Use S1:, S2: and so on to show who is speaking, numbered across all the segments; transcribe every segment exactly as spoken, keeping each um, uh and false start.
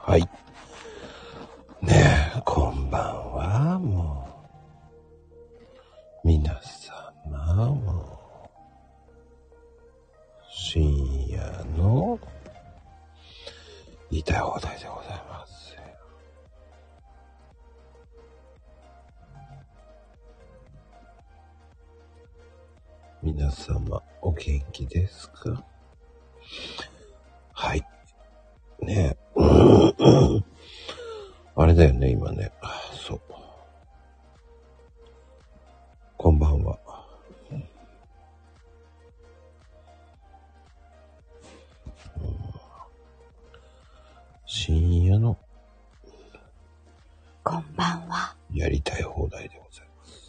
S1: はい。ねえ、こんばんは、もう。皆様も。深夜の言いたい放題でございます。皆様、お元気ですか？はい。ねえ。あれだよね、今ね。あ、そう。こんばんは。深夜の
S2: こんばんは。
S1: やりたい放題でござい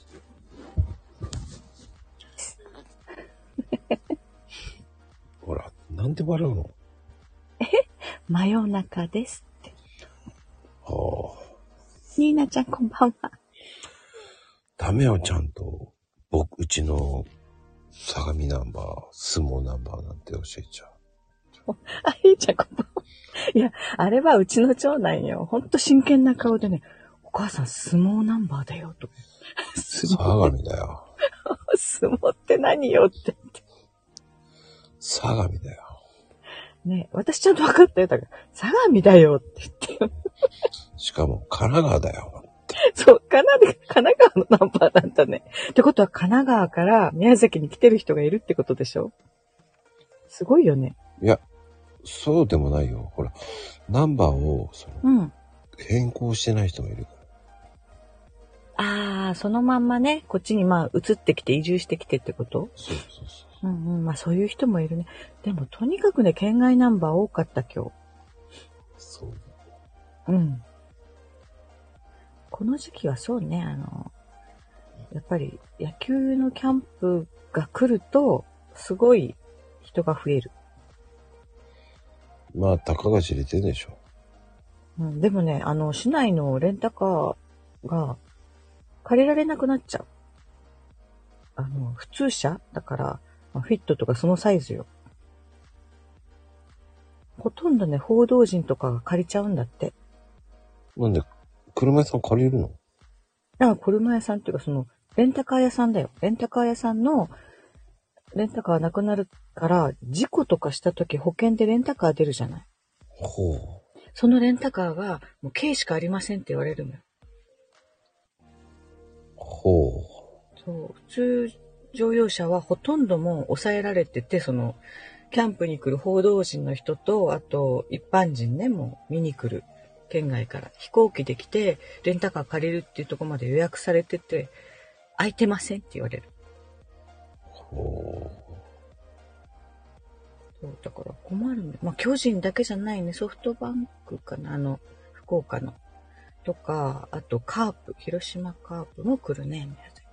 S1: ます。ほら、なんで笑うの？
S2: え、真夜中ですって。
S1: はあ。
S2: ニーナちゃんこんばんは。
S1: ダメよ、ちゃんと。僕、うちの相模ナンバー、相撲ナンバーなんて教えちゃう。
S2: あ、いいちゃんこんばんは。いや、あれはうちの長男よ。ほんと真剣な顔でね、お母さん相撲ナンバーだよと。
S1: 相模だよ。
S2: 相撲って何よって言って。
S1: 相模だよ。
S2: ね、私ちゃんと分かったよ。だから、相模だよって言って。
S1: しかも、神奈川だよ。
S2: そう、神奈川のナンバーなんだね。ってことは神奈川から宮崎に来てる人がいるってことでしょ？すごいよね。
S1: いや、そうでもないよ。ほら、ナンバーをその、うん、変更してない人がいるから。
S2: ああ、そのまんまね、こっちにまあ移ってきて移住してきてってこと？
S1: そうそうそう。
S2: うんうん、まあそういう人もいるね。でもとにかくね、県外ナンバー多かった今日。
S1: そう。
S2: うん。この時期はそうね、あの、やっぱり野球のキャンプが来ると、すごい人が増える。
S1: まあ、たかが知れてるでしょ。
S2: うん、でもね、あの、市内のレンタカーが借りられなくなっちゃう。あの、普通車だから、フィットとかそのサイズよ。ほとんどね、報道陣とかが借りちゃうんだって。
S1: なんで、車屋さん借りるの？
S2: だから車屋さんっていうかその、レンタカー屋さんだよ。レンタカー屋さんの、レンタカーなくなるから、事故とかした時保険でレンタカー出るじゃない。
S1: ほう。
S2: そのレンタカーが、もう軽しかありませんって言われるのよ。
S1: ほう。
S2: そう、普通乗用車はほとんどもう抑えられてて、その、キャンプに来る報道陣の人と、あと一般人ね、もう見に来る。県外から飛行機で来て、レンタカー借りるっていうところまで予約されてて、空いてませんって言われる。
S1: ほう。
S2: そう、だから困るね。まあ、巨人だけじゃないね。ソフトバンクかな、あの、福岡の。とか、あとカープ、広島カープも来るね、宮崎。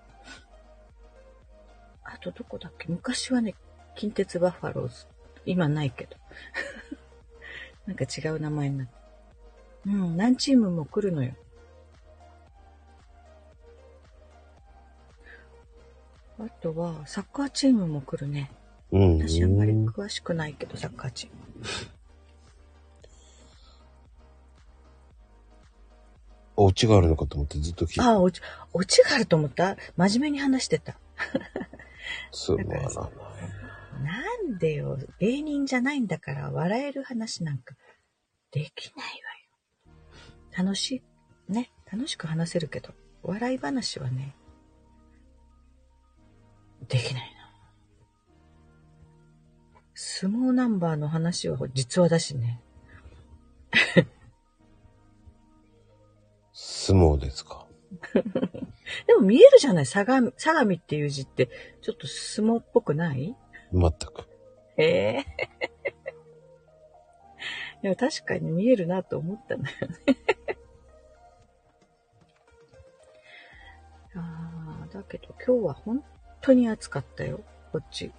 S2: あとどこだっけ？昔はね、近鉄バファローズ。今ないけど。なんか違う名前になって。うん、何チームも来るのよ。あとは、サッカーチームも来るね。うん。私あんまり詳しくないけど、サッカーチーム。
S1: オチがあるのかと思ってずっと聞いて。
S2: ああ、オチ、オチがあると思った？真面目に話してた。
S1: つまらない。
S2: なんでよ、芸人じゃないんだから笑える話なんかできないわよ。楽しい、ね、楽しく話せるけど、笑い話はね、できないな。相撲ナンバーの話は実話だしね。
S1: 相撲ですか。
S2: でも見えるじゃない、相模、相模っていう字ってちょっと相撲っぽくない？
S1: 全く。
S2: へえ。でも確かに見えるなと思ったんだよね。ああ、だけど今日は本当に暑かったよ、こっち。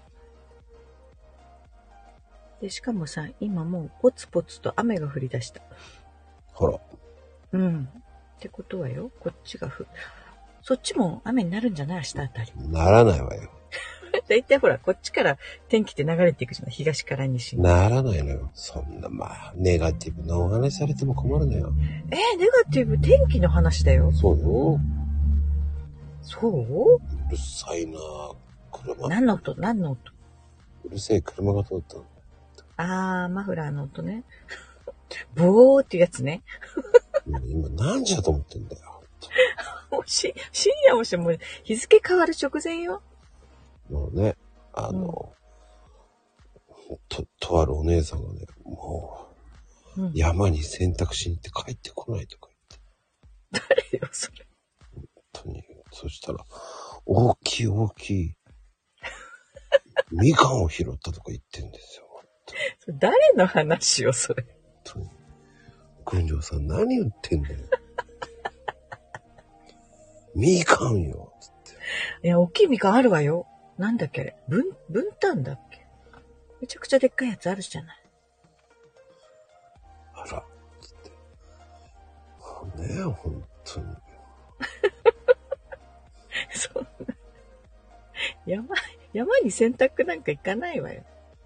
S2: で、しかもさ、今もうポツポツと雨が降り出した。
S1: ほら。
S2: うん。ってことはよ、こっちがふ、そっちも雨になるんじゃない？明日あたり。
S1: ならないわよ。
S2: だいたいほら、こっちから天気って流れていくじゃない。東から西に。
S1: ならないのよ。そんな、まあ、ネガティブなお話されても困るのよ。
S2: えー、ネガティブ、天気の話だよ。
S1: そうよ。
S2: そう
S1: うるさいな車。
S2: 何の音何の音
S1: うるせえ車が通ったの。
S2: あー、マフラーの音ね。ブオーっていうやつね。
S1: 今何時だと思ってんだよ。
S2: もうし、深夜もしてもう日付変わる直前よ。
S1: もうね、あの、うん、と、とあるお姉さんがね、もう、うん、山に洗濯しに行って帰ってこないとか
S2: 言って。誰よ、それ。
S1: 本当に。そしたら、大きい大きい、みかんを拾ったとか言ってんですよ。
S2: それ誰の話よ、それ。
S1: 本当に。群青さん何言ってんだよ。みかんよ、つって。
S2: いや、大きいみかんあるわよ。なんだっけ、ぶん、ぶんたんだっけ。めちゃくちゃでっかいやつあるじゃない。
S1: あら、つって。ねえ、ほんとに。
S2: そんな。山、山に洗濯なんか行かないわよ。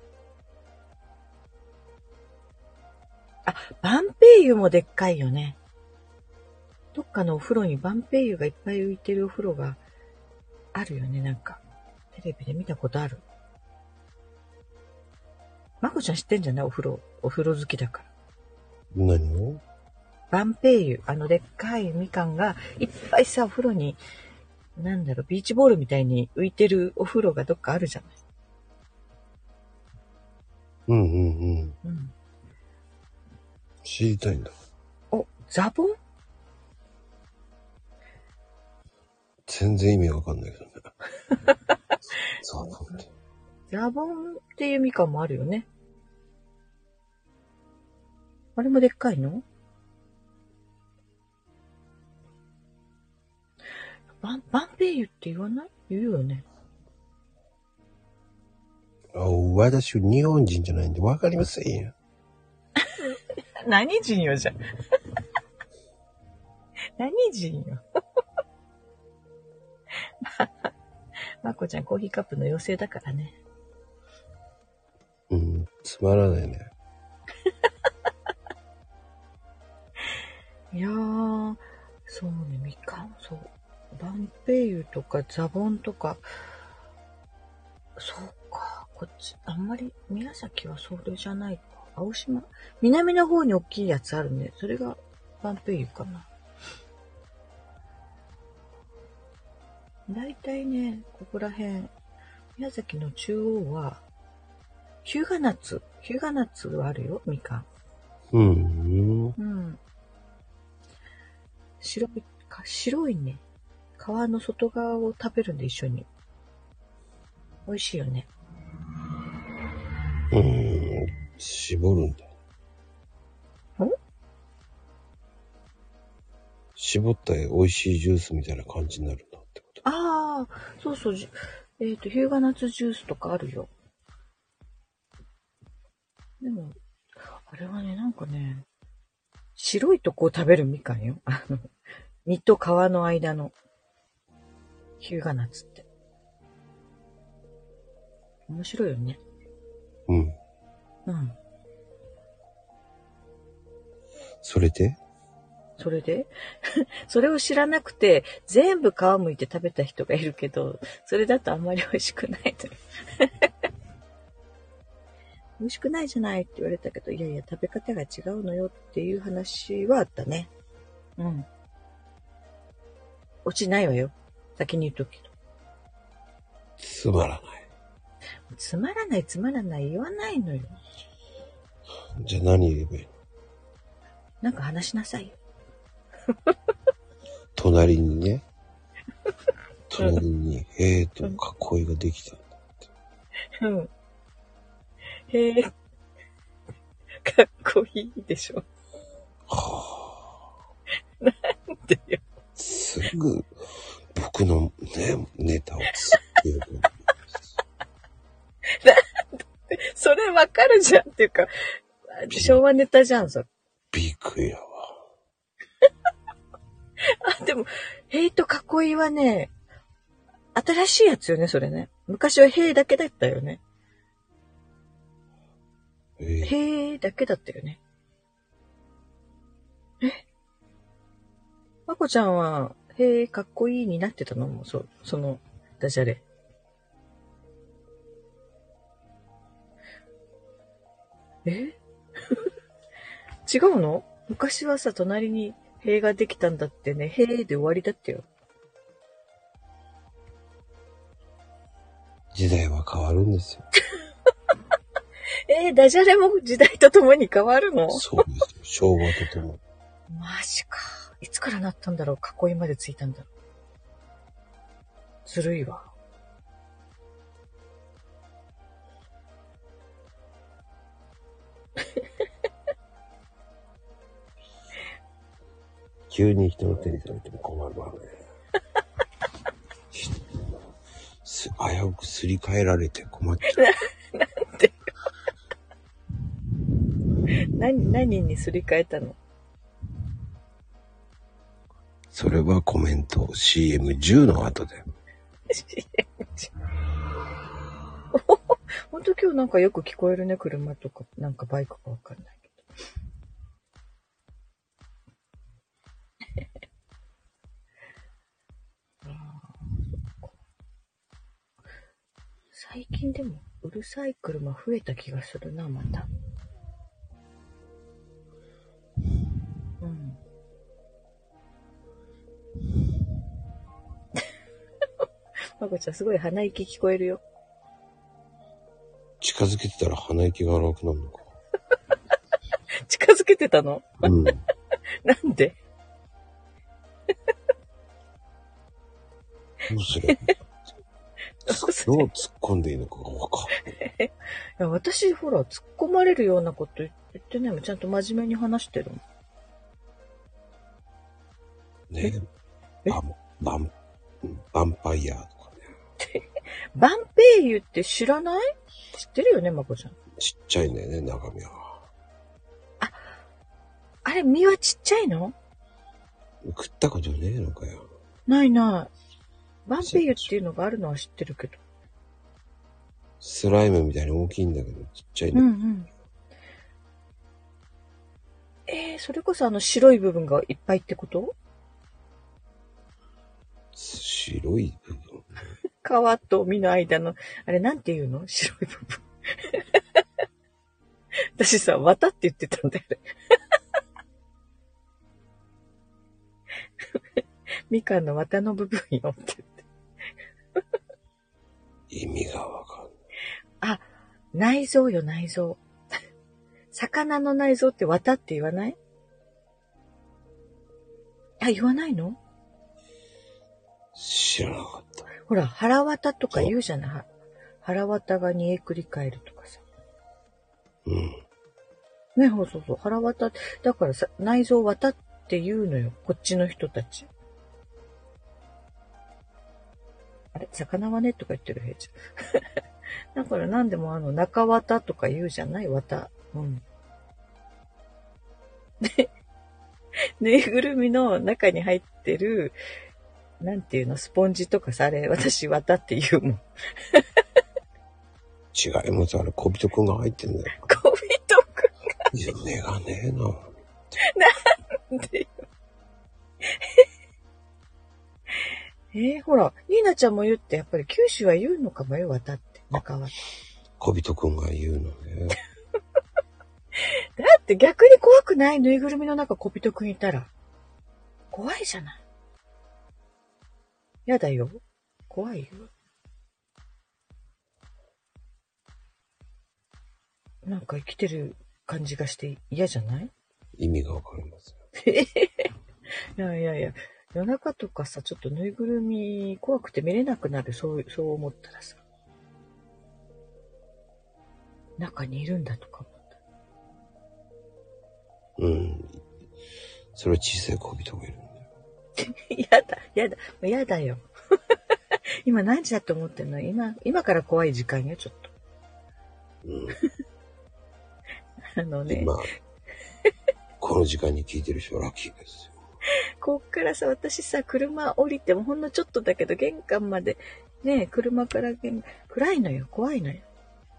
S2: あ、バンペイユもでっかいよね。どっかのお風呂にバンペイユがいっぱい浮いてるお風呂があるよね、なんか。テレビで見たことある。まこちゃん知ってんじゃない？お風呂、お風呂好きだから。
S1: 何を？
S2: バンペイユ、あのでっかいみかんがいっぱいさ、お風呂に、なんだろう、ビーチボールみたいに浮いてるお風呂がどっかあるじゃない。
S1: うんうんうん。うん、知りたいんだ。
S2: お、ザボン？
S1: 全然意味わかんないけどね。ザボンって。
S2: ザボンっていうみかんもあるよね。あれもでっかいの？バン、バンペイユって言わない？言うよね。
S1: あ、私日本人じゃないんでわかりませんよ。
S2: 何人よじゃ。何人よ。まこちゃんコーヒーカップの妖精だからね。
S1: うん、つまらないね。
S2: いやー、そうね、みかん、そう。バンペイユとかザボンとか、そうか、こっち、あんまり、宮崎はそれじゃないか。青島、南の方に大きいやつあるね。それがバンペイユかな。だいたいね、ここら辺、宮崎の中央は、日向夏、日向夏はあるよ、みかん。
S1: うん。
S2: うん。白い、か白いね。皮の外側を食べるんで一緒に。美味しいよね。
S1: うん。絞るんだ。
S2: ん？
S1: 絞った美味しいジュースみたいな感じになるんだってこと。
S2: ああ、そうそう。えっと、日向夏ジュースとかあるよ。でも、あれはね、なんかね、白いとこを食べるみかんよ。あの、実と皮の間の、日向夏って。面白いよね。
S1: うん。
S2: うん。
S1: それで？
S2: それでそれを知らなくて、全部皮むいて食べた人がいるけど、それだとあんまり美味しくないという。美味しくないじゃないって言われたけど、いやいや、食べ方が違うのよっていう話はあったね。うん。落ちないわよ。先に言っとくけど。
S1: つまらない。
S2: つまらないつまらない言わないのよ。
S1: じゃあ何言えばいいの？
S2: なんか話しなさいよ。
S1: 隣にね、隣に、へーと囲いができたんだって。
S2: うん。へー。かっこいいでしょ。はぁ。なんでよ。
S1: すぐ、僕のね、ネタをつってよ。
S2: それわかるじゃんっていうか、昭和ネタじゃん、それ。
S1: びっくりやわ。
S2: あ、でも、ヘイト囲いはね、新しいやつよね、それね。 昔はへーだけだったよね。
S1: えー、
S2: へーだけだったよね。えまこちゃんは、へーかっこいいになってたのもそう、その、ダジャレ。え違うの？昔はさ、隣に塀ができたんだってね、塀で終わりだったよ。
S1: 時代は変わるんですよ。
S2: えー、ダジャレも時代とともに変わるの？
S1: そうですよ。昭和とともに。
S2: マジか。いつからなったんだろう？囲いまでついたんだろう。ずるいわ。
S1: 急に人の手にされても困るわね。す危うくすり替えられて困っちゃう。
S2: なんで何、何にすり替えたの？
S1: それはコメント シーエムじゅう の後で。
S2: シーエムじゅう ほんと今日なんかよく聞こえるね、車とか、なんかバイクかわかんないけど。最近でもうるさい車増えた気がするな、また。うん。まこちゃんすごい鼻息聞こえるよ。
S1: 近づけてたら鼻息が荒くなるのか。
S2: 近づけてたの？
S1: うん。
S2: なんで？
S1: どうすればどう突っ込んでいいのかがわかんない。
S2: いや私、ほら、突っ込まれるようなこと言ってないもん。ちゃんと真面目に話してるもん。
S1: ねえ。バン、バン、バンパイアとかね。
S2: バンペイユって知らない？知ってるよね、まこちゃん。
S1: ちっちゃいんだよね、中身は。
S2: あ、あれ、身はちっちゃいの？
S1: 食ったことねえのかよ。
S2: ないない。バンペイユっていうのがあるのは知ってるけど。
S1: スライムみたいに大きいんだけど、ちっちゃいんだよ。
S2: うんうん。えー、それこそあの白い部分がいっぱいってこと？
S1: 白い部分
S2: 皮と身の間の、あれなんて言うの？白い部分。私さ、綿って言ってたんだよね。みかんの綿の部分よって言って。
S1: 意味がわかんない。
S2: あ、内臓よ、内臓。魚の内臓って綿って言わない？あ、言わないの？
S1: 知らなかった。
S2: ほら、腹綿とか言うじゃない。腹綿が煮えくり返るとかさ。
S1: うん。
S2: ね、そうそうそう。腹綿、だからさ、内臓綿って言うのよ。こっちの人たち。あれ魚はねとか言ってる、へいちゃん。だから何でもあの、中綿とか言うじゃない綿。うん。で、ぬいぐるみの中に入ってる、なんていうの、スポンジとかさ、あれ、私綿って言うもん。
S1: 違います。あれ、小人くんが入ってんだよ。
S2: 小人くん
S1: いや、目がねえな。
S2: なんでよ。えー、ほら、ニーナちゃんも言って、やっぱり九州は言うのかもよ、綿って。中綿。
S1: 小人くんが言うのね。
S2: だって逆に怖くない？ぬいぐるみの中小人くんいたら。怖いじゃない。やだよ。怖いよ。なんか生きてる感じがして嫌じゃない？
S1: 意味がわかります。
S2: いやいやいや、夜中とかさ、ちょっとぬいぐるみ怖くて見れなくなる。そう、そう思ったらさ。中にいるんだとか思った。
S1: うん。それは小さい小人がいるんだよ。
S2: やだ、やだ、やだよ。今何時だと思ってんの？今、今から怖い時間よ、ちょっと。
S1: うん。
S2: あのね。
S1: 今、この時間に聞いてる人はラッキーですよ。
S2: こっからさ、私さ、車降りてもほんのちょっとだけど、玄関までねえ、車から現暗いのよ、怖いのよ。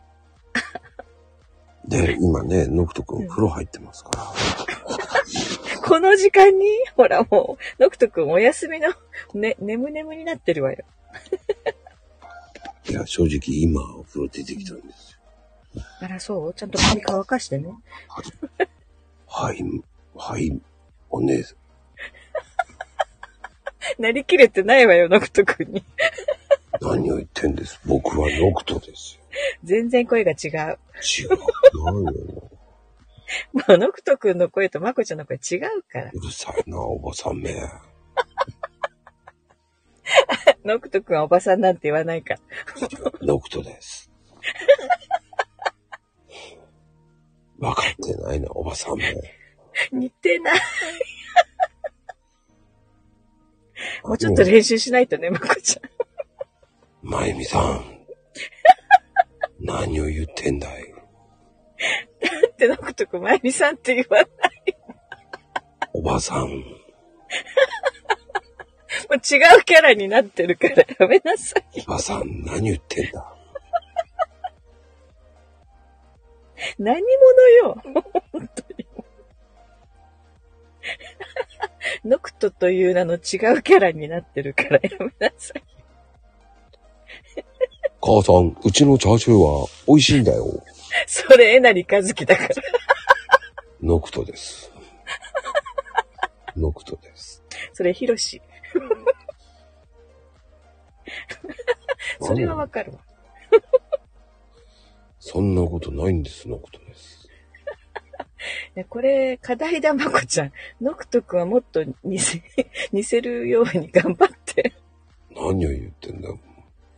S1: で、今ね、ノクト君風呂入ってますから。
S2: この時間にほらもう、ノクト君お休みの、ね、眠眠になってるわよ。
S1: いや、正直今、お風呂出てきたんですよ。
S2: あら、そうちゃんと髪乾かしてね。
S1: はい、はい、お姉さん。
S2: なりきれてないわよ、ノクト君に。
S1: 何を言ってんです。僕はノクトですよ。
S2: 全然声が違う。
S1: 違う。何よ。
S2: もう、ノクト君の声とマコちゃんの声違うから。
S1: うるさいな、おばさんめ。
S2: ノクト君はおばさんなんて言わないから。
S1: ノクトです。分かってないな、おばさんめ。
S2: 似てない。もうちょっと練習しないとね、マコちゃん。
S1: まゆみさん。何を言ってんだい。
S2: だってノクト君、まゆみさんって言わない。
S1: おばさん。もう
S2: 違うキャラになってるからやめなさい。
S1: おばさん、何言ってんだ。
S2: 何者よ。本当に。ノクトという名の違うキャラになってるからやめなさい。
S1: 母さん、うちのチャーシューは美味しいんだよ。
S2: それ、えなりかずきだから。
S1: ノクトです。ノクトです。
S2: それ、ヒロシ。それはわかるわ。
S1: そんなことないんです、ノクトです。
S2: これ、課題だ、まこちゃん。ノクト君はもっと似せ、似せるように頑張って。
S1: 何を言ってんだよ。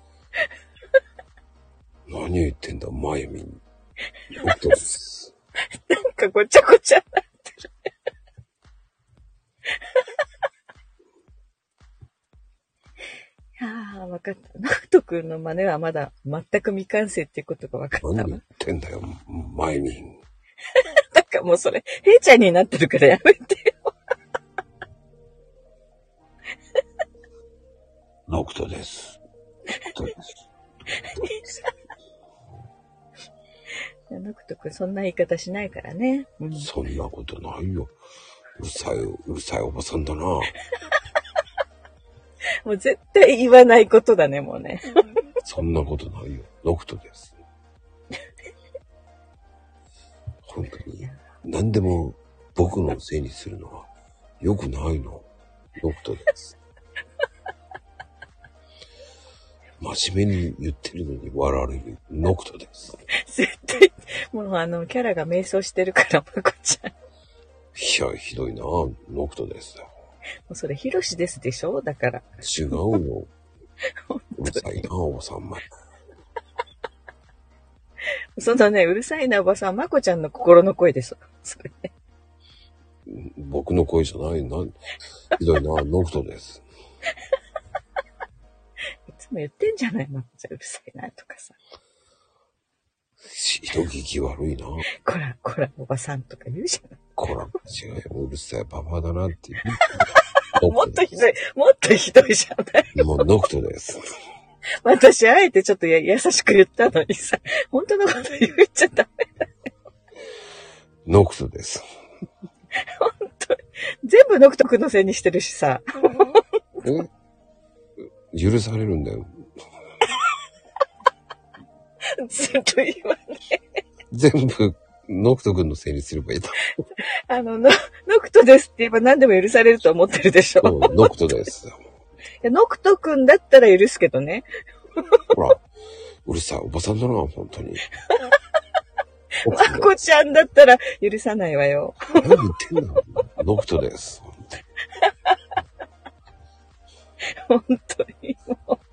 S1: 何を言ってんだ、まゆみん。ノクトです。
S2: なんかごちゃごちゃになってる。いやー、わかった。ノクト君の真似はまだ全く未完成っていうことがわかったわ。
S1: 何言ってんだよ、まゆみん。
S2: なんかもうそれ、ヘイちゃんになってるからやめてよ。
S1: ノクトです。ノクトです。
S2: ノクト君そんな言い方しないからね。
S1: うん、そんなことないよ。うるさい、うるさいおばさんだな。も
S2: う絶対言わないことだね、もうね。
S1: そんなことないよ。ノクトです。本当に。何でも僕のせいにするのは良くないの。ノクトです。真面目に言ってるのに笑われるノクトです。
S2: 絶対、もうあの、キャラが迷走してるから、まこちゃん。
S1: いや、ひどいな。ノクトですよ。も
S2: うそれ、ヒロシですでしょだから。
S1: 違うよ。うるさいな、おばさんま。
S2: そのね、うるさいなおばさん、まこちゃんの心の声です。それね。
S1: 僕の声じゃないな。ひどいな、ノクトです。
S2: いつも言ってんじゃない、まこちゃんうるさいなとかさ。
S1: 人聞き悪いな。
S2: こら、こら、おばさんとか言うじゃない。
S1: こら、違うよ。うるさいパパだなって言う。
S2: もっとひどい、もっとひどいじゃない。
S1: もうノクトです。
S2: 私、あえてちょっとや優しく言ったのにさ、本当のこと言っちゃダメだよ。
S1: ノクトです。
S2: 本当に。全部ノクト君のせいにしてるしさ。
S1: え許されるんだよ。
S2: ずっと言わねえ。
S1: 全部、ノクト君のせいにすればいいだ。
S2: あの、ノクトですって言えば何でも許されると思ってるでしょ。
S1: そう、ノクトです。
S2: いやノクト君だったら許すけどね。
S1: ほら、うるさいおばさんだな、本当に。
S2: まこちゃんだったら許さないわよ。
S1: 何言ってんだノクトです。
S2: 本当にもう。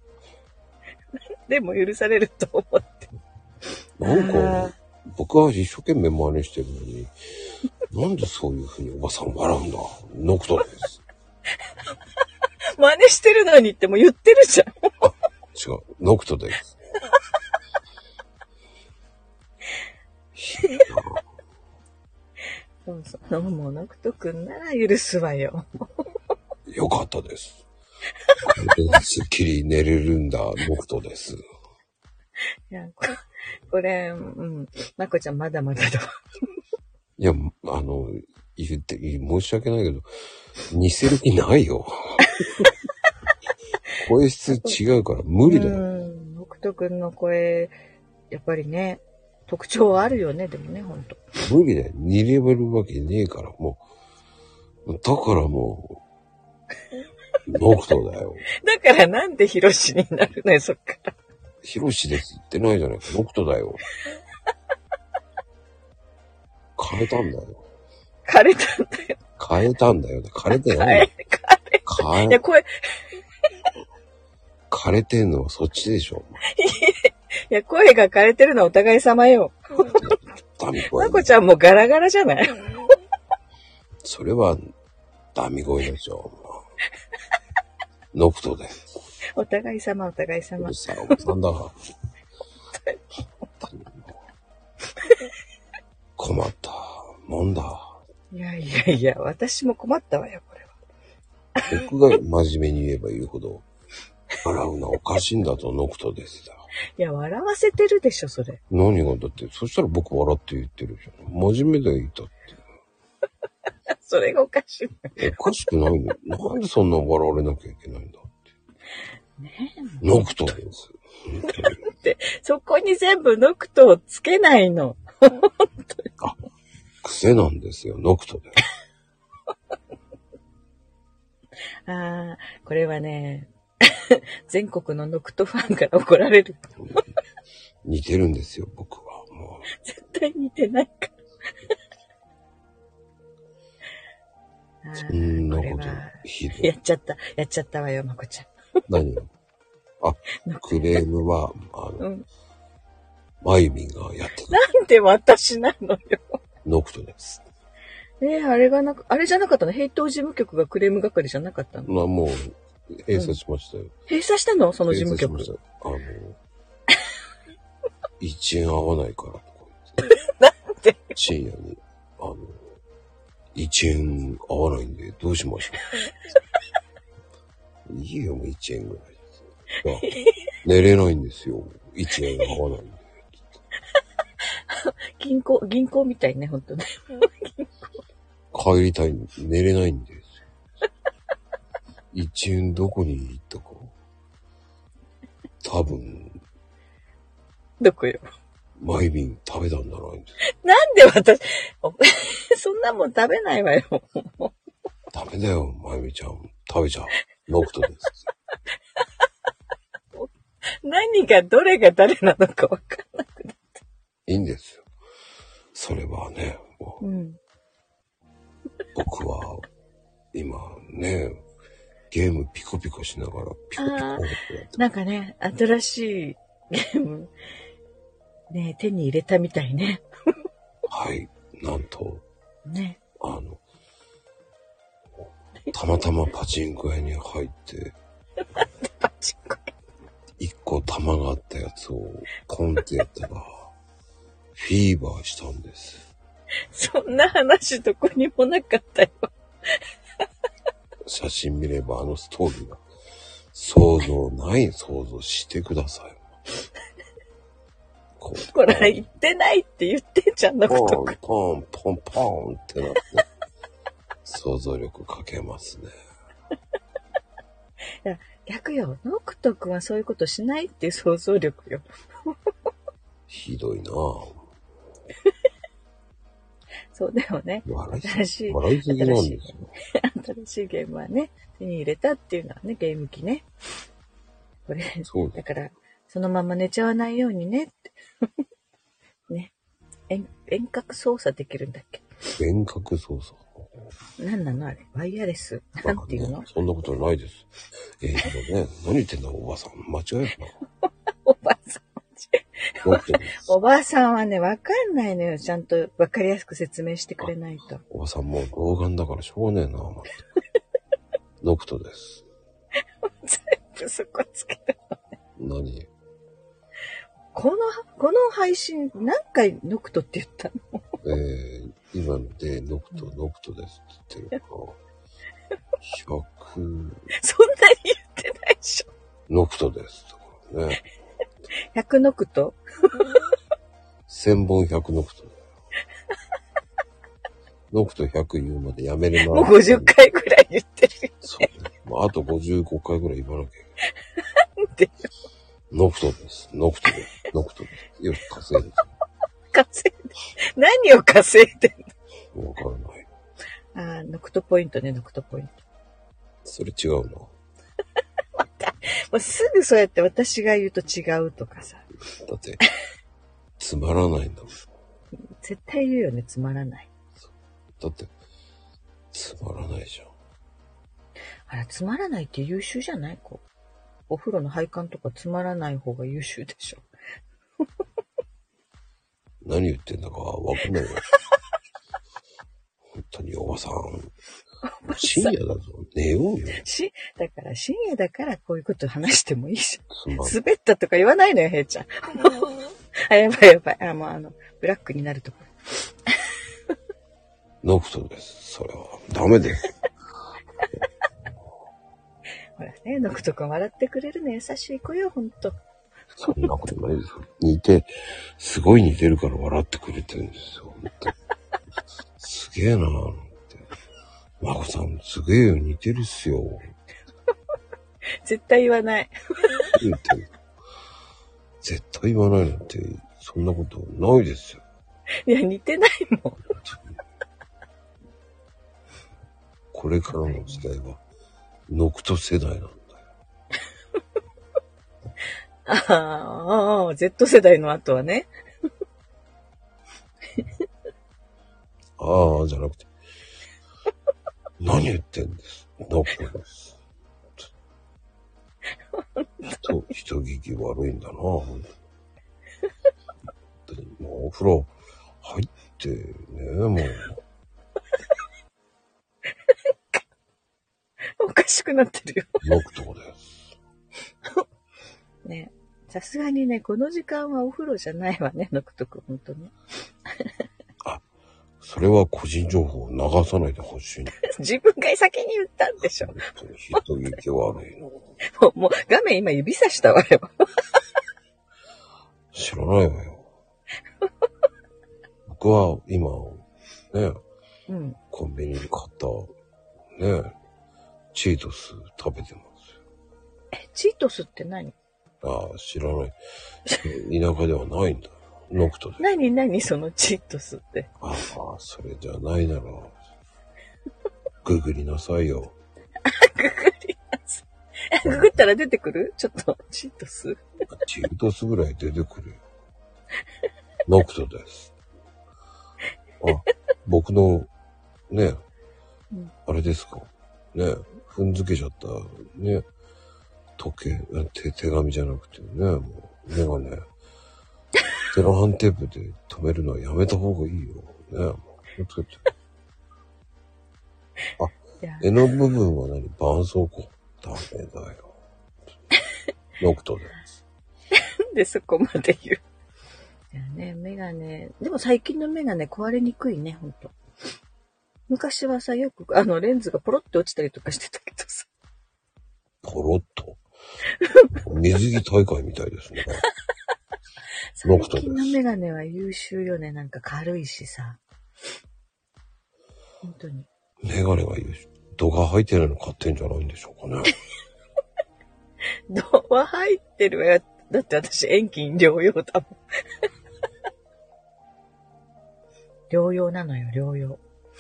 S2: でも許されると思って。
S1: なんか、僕は一生懸命真似してるのに、なんでそういうふうにおばさん笑うんだ。ノクトです。
S2: 真似してるのにってもう言ってるじゃん。
S1: 違う、ノクトです。
S2: そうそう。もうノクト君なら許すわよ。
S1: よかったです。 すっきり寝れるんだ、ノクトです。
S2: いや、これ、これ、うん、まこちゃんまだまだだわ。
S1: いや、あの、言って、申し訳ないけど、似せる気ないよ。声質違うから無理だよ。うん、
S2: ノクトくんの声、やっぱりね、特徴はあるよね、でもね、ほんと。
S1: 無理だよ。似れるわけねえから、もう。だからもう、ノクトだよ。
S2: だからなんでヒロシになるのよ、そっから。
S1: ヒロシですってないじゃないか。ノクトだよ。変えたんだよ。
S2: 枯れたんだよ。
S1: 変えたんだよ。枯れてない。
S2: 変え、いや、声。
S1: 枯れてんのはそっちでしょ。
S2: いや、声が枯れてるのはお互い様よ。
S1: ダミ声。
S2: まこちゃんもガラガラじゃない？
S1: それは、ダミ声でしょ。ノクトで。
S2: お互い様、お互い様。
S1: さあ、おばさんだから。困ったもんだ。
S2: いやいやいや、私も困ったわよ、これ
S1: は。僕が真面目に言えば言うほど、笑うのはおかしいんだとノクトですだ。
S2: いや、笑わせてるでしょ、それ。
S1: 何がだって、そしたら僕笑って言ってるじゃん。真面目で言ったって。
S2: それがおかしい。
S1: おかしくないんだよ。なんでそんな笑われなきゃいけないんだって。ねえ。ノクトです。
S2: で、そこに全部ノクトをつけないの。
S1: あ、癖なんですよ、ノクトで。
S2: ああ、これはね、全国のノクトファンから怒られる。
S1: 似てるんですよ、僕は。も
S2: う絶対似てないから。
S1: そんなことひどい。
S2: やっちゃった、やっちゃったわよ、まこちゃん。
S1: 何があ、クレームは、あの、うん、マユミンがやってた。
S2: なんで私なのよ。
S1: ノクトです。
S2: えー、あれがなく、あれじゃなかったの？ヘイト事務局がクレーム係じゃなかったの？
S1: まあもう、閉鎖しましたよ。うん、
S2: 閉鎖したの？その事務局。
S1: 閉鎖しました。あの、いちえん合わないからとか
S2: 言って。なんで？
S1: 深夜に、あの、いちえん合わないんで、どうしましょう。いいよ、もういちえんぐらいです。寝れないんですよ。いちえん合わないんで。
S2: 銀行、銀行みたいね、ほんとね。
S1: 帰りたい、寝れないんですよ。いちえんどこに行ったか。多分。
S2: どこよ。
S1: マイビン食べたんだないんです。
S2: なんで私、そんなもん食べないわよ。
S1: ダメだよ、マイミちゃん。食べちゃう。ノクトです。
S2: 何がどれが誰なのかわかんなくなった。
S1: いいんですよ。それはね、もう、うん、僕は今ね、ゲームピコピコしながらピコピコってやって
S2: なんかね、新しいゲームね手に入れたみたいね。
S1: はい、なんと
S2: ね、
S1: あのたまたまパチンコ屋に入って
S2: パチンコ屋
S1: 一個玉があったやつをポンってやったらフィーバーしたんです。
S2: そんな話どこにもなかったよ。
S1: 写真見ればあのストーリーが想像ない想像してください。
S2: こほら言ってないって言ってんじゃんのことか。
S1: ポンポンポンポンってなって想像力かけますね。
S2: いや逆よ、ノクト君はそういうことしないっていう想像力よ。
S1: ひどいなぁ。
S2: そうだよね。
S1: 新しい、笑いすぎなんですよ。
S2: 新しいゲームはね、手に入れたっていうのはね、ゲーム機ね。これ、そうだから、そのまま寝ちゃわないようにねって。ね。遠、遠隔操作できるんだっけ？
S1: 遠隔操作。
S2: 何なのあれ？ワイヤレス？なんていうの？
S1: そんなことないです。えー、ね、何言ってんだおばさん。間違えるな。
S2: おばさん。おばあさんはね、わかんないのよ。ちゃんとわかりやすく説明してくれないと。
S1: おばさんもう老眼だからしょうがねえな。ノクトです。
S2: 全部そこつける
S1: のね。何
S2: この、この配信何回ノクトって言ったの？
S1: えー、今のでノクト、ノクトですって言ってるから。ひゃく。
S2: そんなに言ってないしょ。
S1: ノクトです。だからね。
S2: ひゃくノクト
S1: 千本ひゃくノクトだよ。ノクトひゃく言うまでやめれない。
S2: もうごじゅっかいくらい言ってるよ。
S1: そうね。まあ、あとごじゅうごかいぐらい言わなきゃいけない。
S2: なんでよ。
S1: ノクトです。ノクトです。ノクトです。よく稼いで
S2: 稼いで。何を稼いでん
S1: る。わからない。
S2: ああ、ノクトポイントね、ノクトポイント。
S1: それ違うな。
S2: また、もうすぐそうやって私が言うと違うとかさ。
S1: だって、つまらないんだもん。
S2: 絶対言うよね、つまらない。
S1: だって、つまらないじゃん。
S2: あら、つまらないって優秀じゃない子。お風呂の配管とかつまらない方が優秀でしょ。
S1: 何言ってんだかわかんないよ。本当におばさん。深夜だぞ。寝ようよ。
S2: し、だから深夜だからこういうこと話してもいいじゃん。
S1: つまん
S2: 滑ったとか言わないのよ、へいちゃん。あ、やばいやばい。あ、もうあの、ブラックになるとこ。
S1: ノクトです。それは。ダメです。
S2: ほらね、ノクトくん笑ってくれるの優しい子よ、ほんと。
S1: そんなことないですよ。似て、すごい似てるから笑ってくれてるんですよ。本当すげえなぁ。マコさん、すげえよ、似てるっすよ。
S2: 絶対言わない。
S1: 言ってる。絶対言わないなんて、そんなことないですよ。
S2: いや、似てないもん。
S1: これからの時代は、ノクト世代なんだよ。
S2: ああ、Z 世代の後はね。
S1: ああ、じゃなくて。何言ってんです。ノクトです。人、人聞き悪いんだな、本当に。もうお風呂入ってね、もう。
S2: おかしくなってるよ。
S1: ノクトです。
S2: ね。さすがにね、この時間はお風呂じゃないわね、ノクトくん、ほんとね。
S1: あ、それは個人情報を流さないでほしい。
S2: 自分が先に言ったんでしょ。
S1: 人聞き悪いの。
S2: もう、もう画面今指さしたわよ。
S1: 知らないわよ。僕は今、ね、
S2: うん、
S1: コンビニで買った、ね、チートス食べてますよ。
S2: え、チートスって何？
S1: ああ、知らない。田舎ではないんだよ。ノクトで。
S2: 何何そのチートスって。
S1: ああ、それじゃないなら、ググりなさいよ。
S2: ググりなさい。ググったら出てくる？ちょっと、チートス。
S1: チートスぐらい出てくるよ。ノクトです。あ、僕の、ね、うん、あれですか。ね、踏んづけちゃった、ね、時計、手、手紙じゃなくてね、もう、メガネ、セロハンテープで止めるのはやめた方がいいよ。ね、もう、気をつけて。あ、柄の部分は何？絆創膏。ダメだよ。ノクトです。
S2: なんでそこまで言う？いやね、メガネ、でも最近のメガネ壊れにくいね、ほんと。昔はさ、よく、あの、レンズがポロって落ちたりとかしてたけどさ。
S1: ポロッと水着大会みたいですね。
S2: 最近のメガネは優秀よね。なんか軽いしさ。本当に。
S1: メガネが優秀。度が入ってないの買ってんじゃないんでしょうかね。
S2: 度は入ってるわよ。だって私遠近療養だもん。療養なのよ、療養。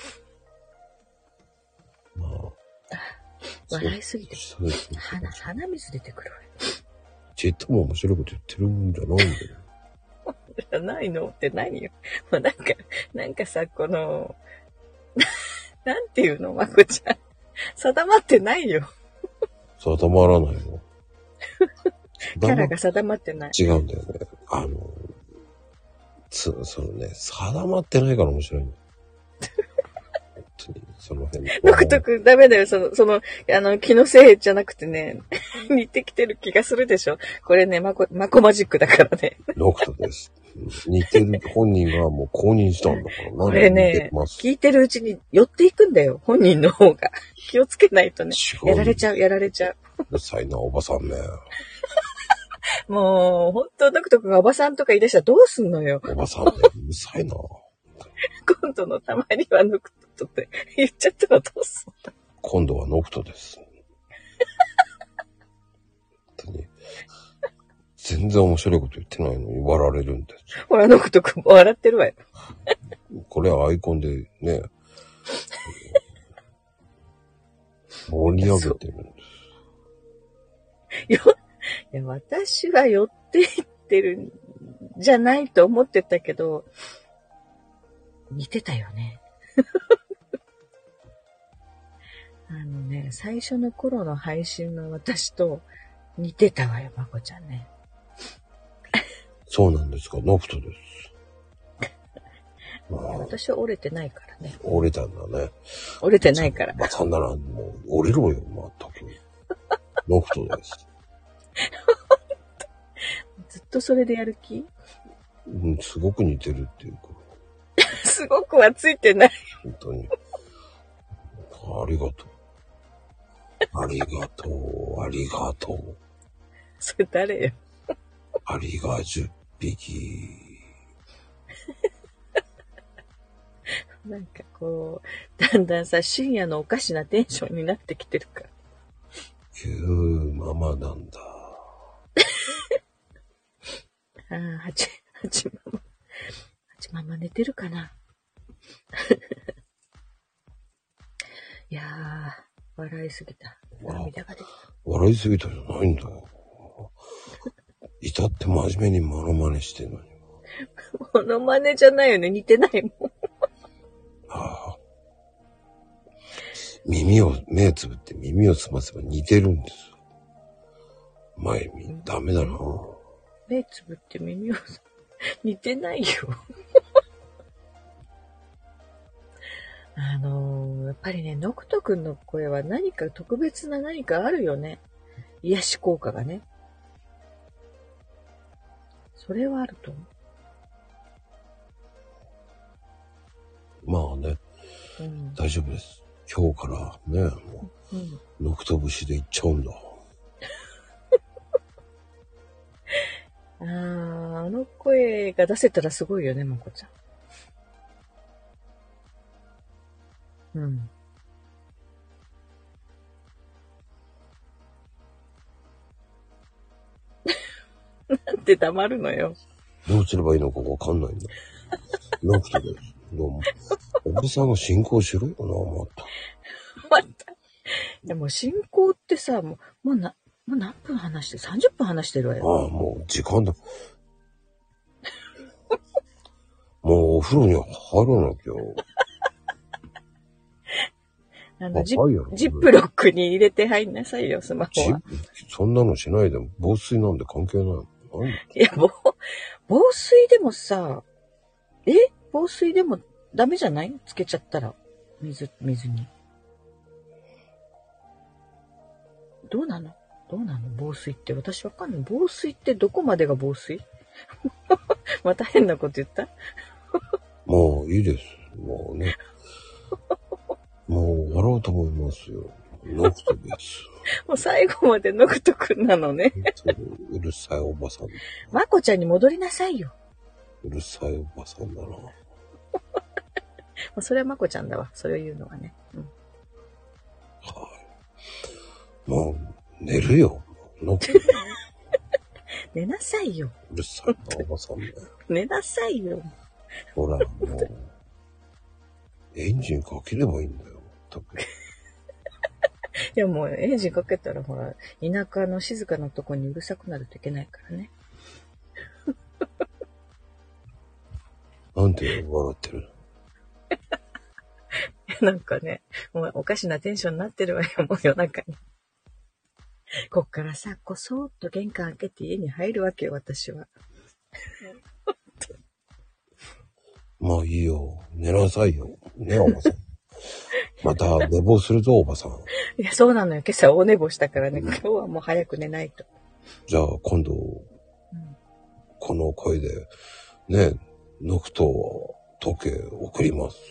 S1: まあ。
S2: 笑いすぎて。そうですね。鼻、鼻水出てくるわよ。
S1: ちっとも面白いこと言ってるんじゃないんだよ。
S2: じゃないのって何よ。もうなんか、なんかさ、この、なんていうの、まこちゃん。定まってないよ。
S1: 定まらないの。
S2: キャラが定まってない。
S1: 違うんだよね。あの、つ、そのね、定まってないから面白いんだよ。本当に、その辺。
S2: ノクト君ダメだよ。その、その、あの、気のせいじゃなくてね、似てきてる気がするでしょ。これね、マコ、マコマジックだからね。
S1: ノクトです。似てる本人がもう公認したんだから。
S2: これね、聞いてるうちに寄っていくんだよ。本人の方が。気をつけないとね。やられちゃう、やられちゃう。
S1: うるさいな、おばさんね。
S2: もう、ほんと、ノクト君がおばさんとか言い出したらどうすんのよ。
S1: おばさんね、うるさいな。
S2: 今度のたまにはノクトって言っちゃったらどうすんの。
S1: 今度はノクトです。本当に。全然面白いこと言ってないのに笑われるんです。
S2: ほら、ノクト君も笑ってるわよ。
S1: これはアイコンでね、盛り上げてるんです。
S2: よ、いや、私は寄っていってるんじゃないと思ってたけど、似てたよね。あのね、最初の頃の配信の私と似てたわよ、まこちゃんね。
S1: そうなんですか、ノクトです。
S2: 私は折れてないからね。
S1: 折れたんだね。
S2: 折れてないから。
S1: まあ、そんならもう折れろよ、まったく。ノクトです。
S2: ずっとそれでやる気？
S1: うん、すごく似てるっていうか。
S2: すごくはついてない。
S1: 本当に。ありがとう。ありがとう。ありがとう。
S2: それ誰よ。
S1: アリがじゅっぴき。
S2: なんかこう、だんだんさ、深夜のおかしなテンションになってきてるから。
S1: キューママなんだ。
S2: ああ、はち、はちママ。はちママ寝てるかな。いやー、笑いすぎた。涙が出てた。
S1: 笑いすぎたじゃないんだよ。至って真面目にモノマネしてんのに。
S2: モノマネじゃないよね。似てないもん。
S1: ああ。耳を、目つぶって耳を澄ませば似てるんですよ。前見、ダメだな。
S2: 目つぶって耳を、似てないよ。あのー、やっぱりね、ノクト君の声は何か特別な何かあるよね。癒し効果がね。それはあると思
S1: う。まあね、うん、大丈夫です。今日からね、もう、うん、ノクト節でいっちゃうんだ。
S2: ああ、あの声が出せたらすごいよね、まこちゃん。うん。なんで黙るのよ。
S1: どうすればいいのかわかんないんだ。ノクトです。どうも。おばさんが進行しろよな、また。
S2: また。でも進行ってさ、もう、もうな、もう何分話して、さんじゅっぷん話してるわよ。
S1: ああ、もう時間だ。もうお風呂に入らなきゃ。
S2: あのジッ、ジップロックに入れて入んなさいよ、スマホは。
S1: そんなのしないでも、防水なんで関係ないの。
S2: いや、防、防水でもさ、え防水でもダメじゃない？つけちゃったら。水、水に。どうなの？どうなの？防水って。私わかんない。防水ってどこまでが防水？また変なこと言った？
S1: もういいです。もうね。もう終わろうと思いますよ。ノクトです。
S2: もう最後までノクトくんなのね。
S1: うるさいおばさん。
S2: まこちゃんに戻りなさいよ。
S1: うるさいおばさんだな。
S2: それはまこちゃんだわ。それを言うのはね。うん、
S1: はい。もう寝るよ。ノクト。
S2: 寝なさいよ。
S1: うるさいなおばさんね。
S2: 寝なさいよ。
S1: ほら、もう、エンジンかければいいんだよ。多分。
S2: いやもうエンジンかけたらほら、田舎の静かなとこにうるさくなるといけないからね。
S1: なんで笑ってる
S2: なんかね、もうおかしなテンションになってるわよ、もう夜中に。こっからさ、こそっと玄関開けて家に入るわけよ、私は。
S1: まあいいよ。寝なさいよ。ね、おばさん。 また寝坊するぞ、おばさん。
S2: いや、そうなのよ。今朝大寝坊したからね、今日はもう早く寝ないと。
S1: じゃあ、今度、うん、この声で、ね、ノクト時計送ります。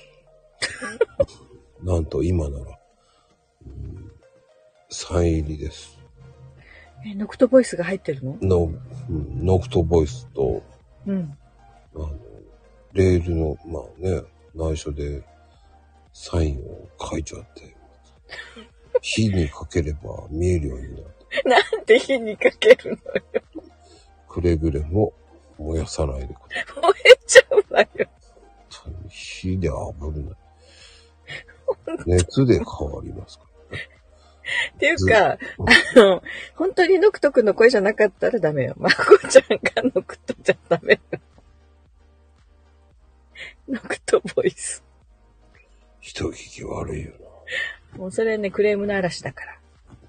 S1: なんと今なら、うん、サイン入りです。
S2: え、ノクトボイスが入ってるの？
S1: の、うん、ノクトボイスと、うん、あの、レールの、まあね、内緒でサインを書いちゃって、火にかければ見えるようになって。
S2: なんで火にかけるのよ。
S1: くれぐれも燃やさないでください。
S2: 燃えちゃうわよ。
S1: 火で炙るな。熱で変わりますからね。
S2: っていうか、あの、本当にノクト君の声じゃなかったらダメよ。まこちゃんがノクトじゃダメよ。ノクトボイス。
S1: 人聞き悪いよ
S2: な。もうそれね、クレームの嵐だから。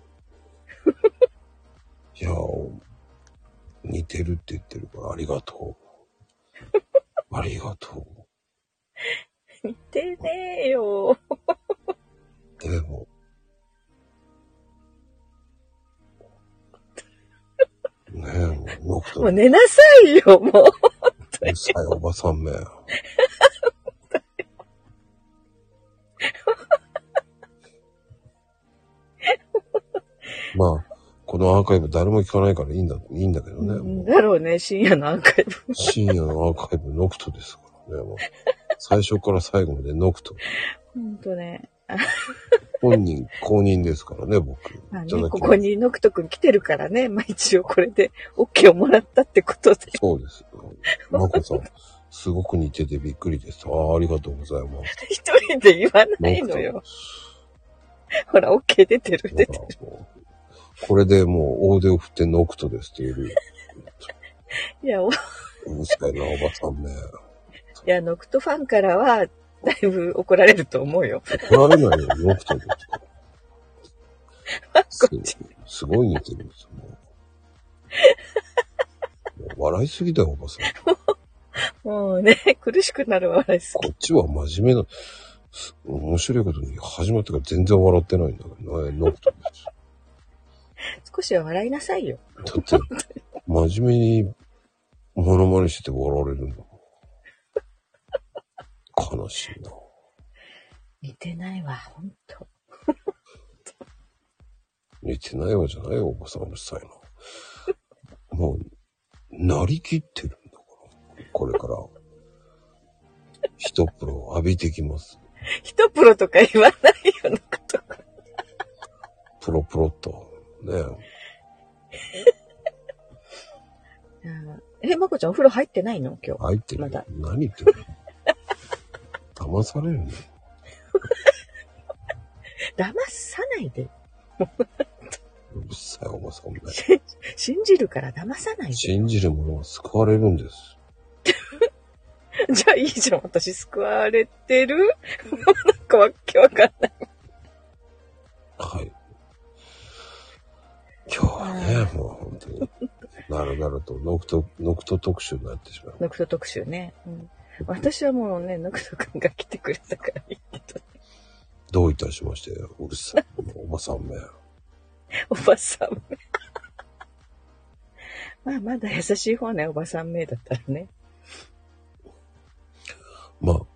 S1: いや、似てるって言ってるからありがとう。ありがと
S2: う。似てねえよ。
S1: でも、ねえ、もうノクト。
S2: もう寝なさいよ、もう。
S1: うるさいおばさんめ。まあ、このアーカイブ誰も聞かないからいいんだ、いいんだけどね。
S2: うん、だろうね、深夜のアーカイブ。
S1: 深夜のアーカイブ、ノクトですからね。もう最初から最後までノクト。
S2: ほんとね。
S1: 本人、公認ですからね、僕。
S2: まあね、ここにノクトくん来てるからね。まあ一応これで OK をもらったってことで。
S1: そうです。まこさん、すごく似ててびっくりです。ああ、ありがとうございます。
S2: 一人で言わないのよ。ほら、OK 出てる、出てる。
S1: これでもう大手を振ってノクトですって言う。
S2: いや、お、
S1: うるさいな、おばさんね。
S2: いや、ノクトファンからは、だいぶ怒られると思うよ。
S1: 怒られないよ、ノクトですからす。すごい似てるんですよ、もう。もう笑いすぎだよ、おばさ
S2: ん。もうね、苦しくなる笑いすぎ。
S1: こっちは真面目な、面白いことに始まってから全然笑ってないんだけどね、ノクトです。
S2: 少しは笑いなさいよ。
S1: だって、真面目にモノマネしてて笑われるんだもん。悲しいな。
S2: 似てないわ、ほんと。
S1: 似てないわじゃないよ、おばさんうるさいな。もう、なりきってるんだから。これから、一プロ浴びてきます。
S2: 一プロとか言わないよ、ノクト君。
S1: プロプロっと。ね
S2: え。え、まこちゃんお風呂入ってないの今日。
S1: 入ってる。
S2: まだ。
S1: 何言ってるの騙されるね。
S2: 騙さないで。
S1: うるさいおばさんね。
S2: 信じるから騙さないで。
S1: 信じる者は救われるんです。
S2: じゃあいいじゃん。私救われてるなんかわけわかんない。
S1: はい。今日はね、もう本当に、なるなると、ノクト、ノクト特集になってしまう。
S2: ノクト特集ね。うん、私はもうね、ノクトくんが来てくれたからいいけどね。
S1: どういたしまして、うるさい。おばさんめ。
S2: おばさんめ。まあ、まだ優しい方ね、おばさんめだったらね。
S1: まあ、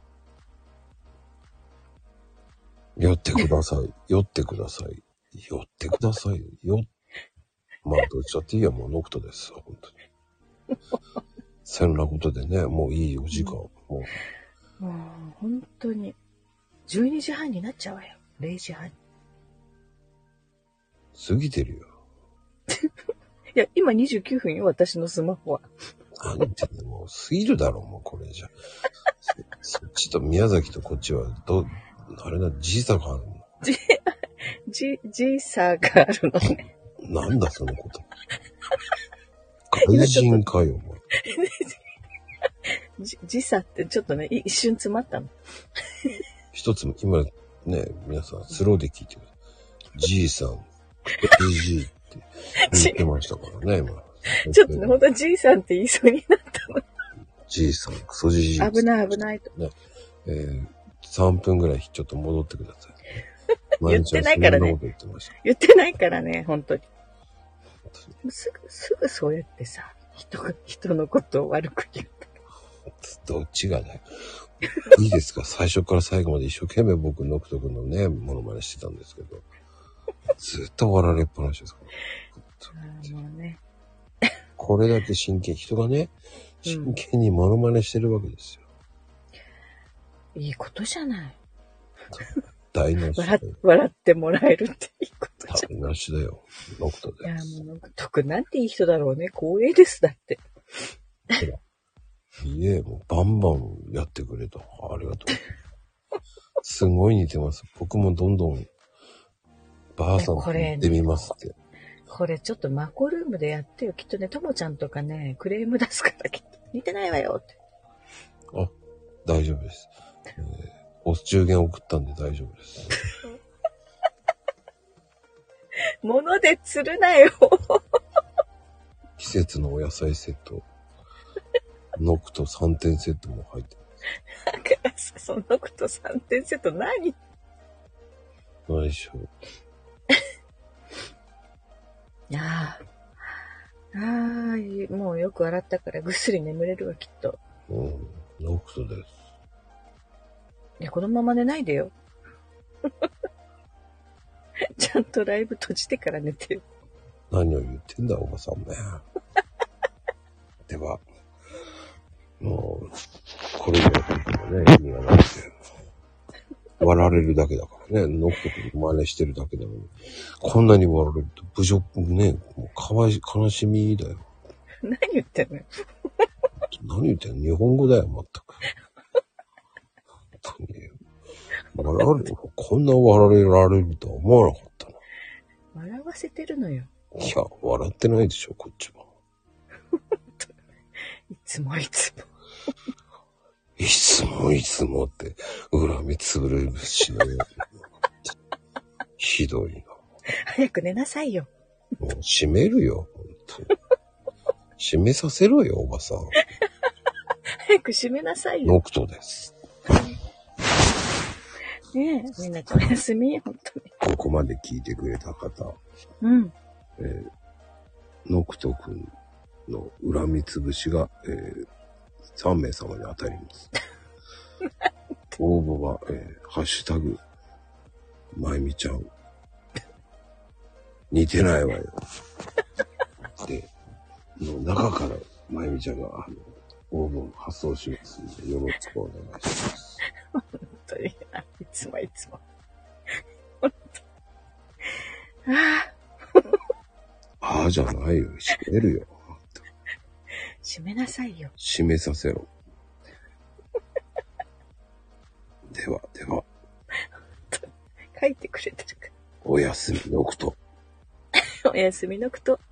S1: 寄ってください。寄ってください。寄ってくださいよ。まあ、どっちだっていいや、もうノクトです。本当に。そんなことでね、もういいお時間。も
S2: う、もう本当に、じゅうにじはんになっちゃうわよ。れいじはん。
S1: 過ぎてるよ。
S2: いや、今にじゅうきゅうふんよ、私のスマホは。
S1: 何言ってんのもう過ぎるだろう、もうこれじゃ。そ, そっちと宮崎とこっちは、ど、あれな、時差があるの。
S2: じ、じ、時差があるのね。
S1: なんだそのこと。外人かよ、お前。
S2: じ時差ってちょっとね、一瞬詰まったの。
S1: 一つ、今ね、皆さんスローで聞いてください。G さん、ジー って言ってましたからね、今。
S2: ちょっとね、ほんと G さんって言いそうになったの。
S1: G さん、クソジジイ。
S2: 危ない危ないと。
S1: ね。えー、 さんぷんぐらいちょっと戻ってください。
S2: 言ってないからね。
S1: そんなこと言ってました。
S2: 言ってないからね、本当に。すぐ、すぐそうやってさ、人が、人のことを悪く言う。
S1: どっちがだよ。いいですか？最初から最後まで一生懸命僕、ノクト君のね、モノマネしてたんですけど、ずっと笑われっぱなしですから。
S2: あもうね。
S1: これだけ真剣、人がね、真剣にモノマネしてるわけですよ。
S2: うん、いいことじゃない。
S1: 台無しだよ。
S2: 笑、笑ってもらえるっていいことじゃん。
S1: 台無しだよ。ノクトです。
S2: いや、もうノクト君なんていい人だろうね。光栄です、だって。
S1: ほら。いえ、もうバンバンやってくれた。ありがとう。すごい似てます。僕もどんどん、ばあさんと言ってみますって。
S2: これちょっとマコルームでやってよ。きっとね、ともちゃんとかね、クレーム出すからきっと。似てないわよって。
S1: あ、大丈夫です。えー、お中元送ったんで大丈夫です。
S2: 物で釣るなよ。
S1: 季節のお野菜セット。ノクトさんてんセットも入ってます。
S2: だからさ、そのノクトさんてんセット何？
S1: 何でしょう。
S2: いやー。あー、もうよく笑ったからぐっすり眠れるわ、きっと。
S1: うん、ノクトです。
S2: いや、このまま寝ないでよ。ちゃんとライブ閉じてから寝てよ。
S1: 何を言ってんだ、おばさんね。では、もう、これでやってもね、意味がないんで。笑われるだけだからね。ノクト君真似してるだけなのに。こんなに笑われると、侮辱ね、もうかわい、悲しみだよ。
S2: 何言ってんのよ。
S1: 何言ってんの？日本語だよ、全く。本当に。笑われる、こんな笑われるとは思わなかったな。
S2: 笑わせてるのよ。
S1: いや、笑ってないでしょ、こっちは。
S2: いつもいつも。
S1: いつもいつもって、恨みつぶれしないよ。ひどいな。
S2: 早く寝なさいよ。
S1: もう閉めるよ、本当に。閉めさせろよ、おばさん。
S2: 早く閉めなさいよ。
S1: ノクトです。
S2: ねえ、みんなおやすみ、本当
S1: に。ここまで聞いてくれた方。
S2: うん。
S1: えー、ノクトくんの恨みつぶしが、えー、さんめいさまに当たります。応募は、えー、ハッシュタグ、まゆみちゃん。似てないわよ。で、の中からまゆみちゃんが、あの、応募を発送しますので、よろしくお願いします。
S2: 本当に、いつもいつも。本当に。あ
S1: あ。ああじゃないよ。閉めるよ。
S2: 閉めなさいよ。
S1: 閉めさせろ。では、では。
S2: 書いてくれてるから。
S1: おやすみノクト。
S2: おやすみノクト。